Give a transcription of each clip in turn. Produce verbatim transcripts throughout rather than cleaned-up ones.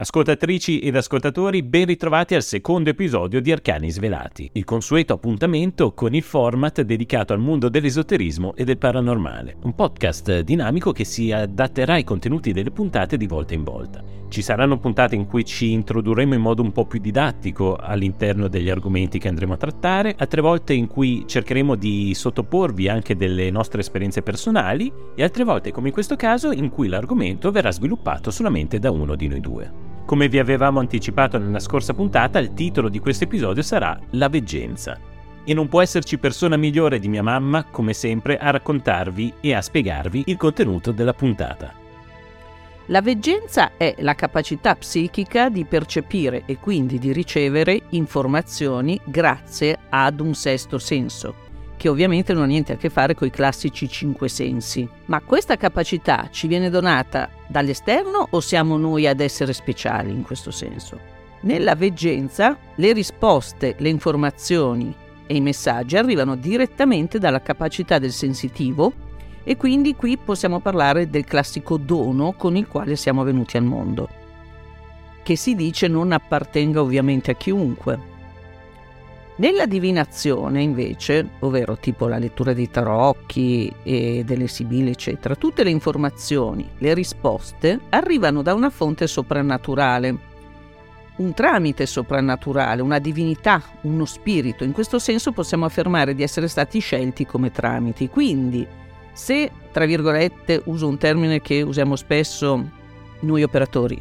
Ascoltatrici ed ascoltatori, ben ritrovati al secondo episodio di Arcani Svelati, il consueto appuntamento con il format dedicato al mondo dell'esoterismo e del paranormale, un podcast dinamico che si adatterà ai contenuti delle puntate di volta in volta. Ci saranno puntate in cui ci introdurremo in modo un po' più didattico all'interno degli argomenti che andremo a trattare, altre volte in cui cercheremo di sottoporvi anche delle nostre esperienze personali e altre volte, come in questo caso, in cui l'argomento verrà sviluppato solamente da uno di noi due. Come vi avevamo anticipato nella scorsa puntata, il titolo di questo episodio sarà La veggenza. E non può esserci persona migliore di mia mamma, come sempre, a raccontarvi e a spiegarvi il contenuto della puntata. La veggenza è la capacità psichica di percepire e quindi di ricevere informazioni grazie ad un sesto senso, che ovviamente non ha niente a che fare con i classici cinque sensi. Ma questa capacità ci viene donata dall'esterno o siamo noi ad essere speciali in questo senso? Nella veggenza le risposte, le informazioni e i messaggi arrivano direttamente dalla capacità del sensitivo e quindi qui possiamo parlare del classico dono con il quale siamo venuti al mondo, che si dice non appartenga ovviamente a chiunque. Nella divinazione invece, ovvero tipo la lettura dei tarocchi e delle sibille eccetera, tutte le informazioni, le risposte arrivano da una fonte soprannaturale, un tramite soprannaturale, una divinità, uno spirito. In questo senso possiamo affermare di essere stati scelti come tramiti. Quindi se, tra virgolette, uso un termine che usiamo spesso noi operatori,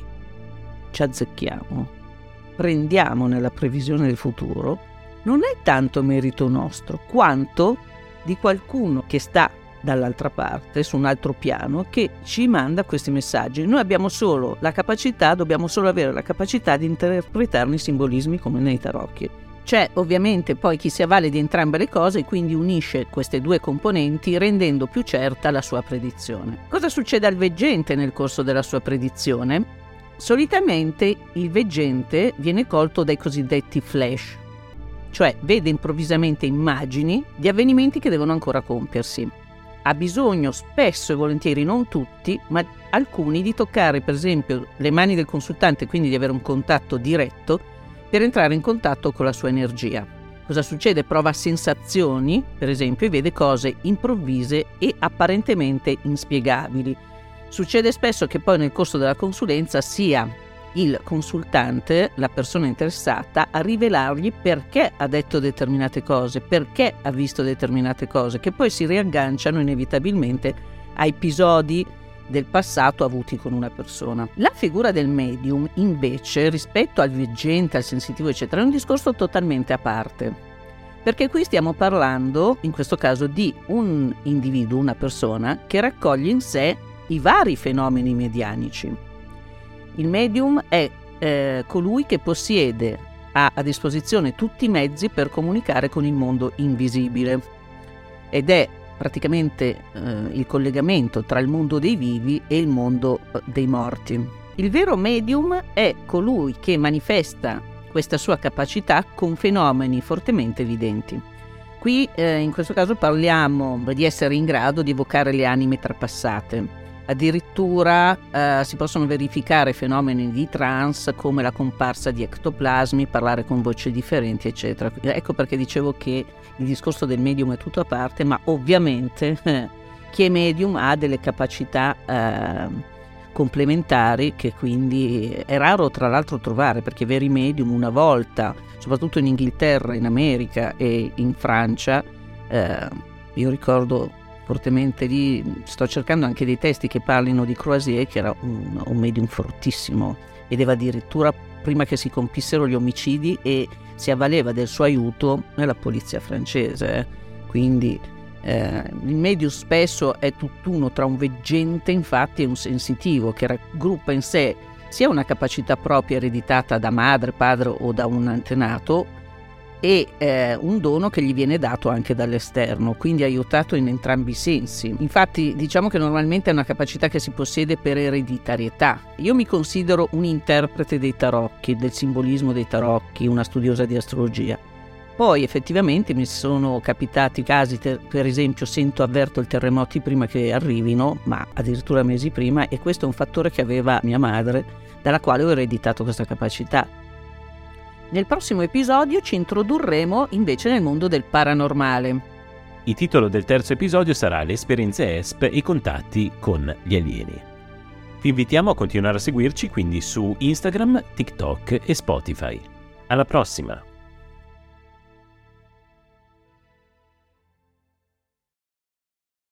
ci azzecchiamo, prendiamo nella previsione del futuro, non è tanto merito nostro quanto di qualcuno che sta dall'altra parte, su un altro piano, che ci manda questi messaggi. Noi abbiamo solo la capacità, dobbiamo solo avere la capacità di interpretarne i simbolismi come nei tarocchi. C'è ovviamente poi chi si avvale di entrambe le cose e quindi unisce queste due componenti rendendo più certa la sua predizione. Cosa succede al veggente nel corso della sua predizione? Solitamente il veggente viene colto dai cosiddetti flash, cioè vede improvvisamente immagini di avvenimenti che devono ancora compiersi. Ha bisogno spesso e volentieri, non tutti, ma alcuni, di toccare per esempio le mani del consultante, quindi di avere un contatto diretto per entrare in contatto con la sua energia. Cosa succede? Prova sensazioni, per esempio, e vede cose improvvise e apparentemente inspiegabili. Succede spesso che poi nel corso della consulenza sia il consultante, la persona interessata, a rivelargli perché ha detto determinate cose, perché ha visto determinate cose, che poi si riagganciano inevitabilmente a episodi del passato avuti con una persona. La figura del medium, invece, rispetto al veggente, al sensitivo, eccetera, è un discorso totalmente a parte, perché qui stiamo parlando, in questo caso, di un individuo, una persona, che raccoglie in sé i vari fenomeni medianici. Il medium è eh, colui che possiede, ha a disposizione tutti i mezzi per comunicare con il mondo invisibile ed è praticamente eh, il collegamento tra il mondo dei vivi e il mondo eh, dei morti. Il vero medium è colui che manifesta questa sua capacità con fenomeni fortemente evidenti. Qui eh, in questo caso parliamo di essere in grado di evocare le anime trapassate. Addirittura eh, si possono verificare fenomeni di trance come la comparsa di ectoplasmi, parlare con voci differenti, eccetera. Ecco perché dicevo che il discorso del medium è tutto a parte, ma ovviamente eh, chi è medium ha delle capacità eh, complementari che quindi è raro tra l'altro trovare, perché veri medium una volta, soprattutto in Inghilterra, in America e in Francia, eh, io ricordo fortemente lì, sto cercando anche dei testi che parlino di Croisier, che era un, un medium fortissimo, vedeva addirittura prima che si compissero gli omicidi e si avvaleva del suo aiuto nella polizia francese, eh. Quindi eh, il medium spesso è tutt'uno tra un veggente infatti e un sensitivo, che raggruppa in sé sia una capacità propria ereditata da madre, padre o da un antenato e eh, un dono che gli viene dato anche dall'esterno, quindi aiutato in entrambi i sensi. Infatti diciamo che normalmente è una capacità che si possiede per ereditarietà. Io mi considero un interprete dei tarocchi, del simbolismo dei tarocchi, una studiosa di astrologia. Poi effettivamente mi sono capitati casi, ter- per esempio sento avverto i terremoti prima che arrivino, ma addirittura mesi prima, e questo è un fattore che aveva mia madre, dalla quale ho ereditato questa capacità. Nel prossimo episodio ci introdurremo invece nel mondo del paranormale. Il titolo del terzo episodio sarà Le esperienze E S P e i contatti con gli alieni. Vi invitiamo a continuare a seguirci quindi su Instagram, TikTok e Spotify. Alla prossima!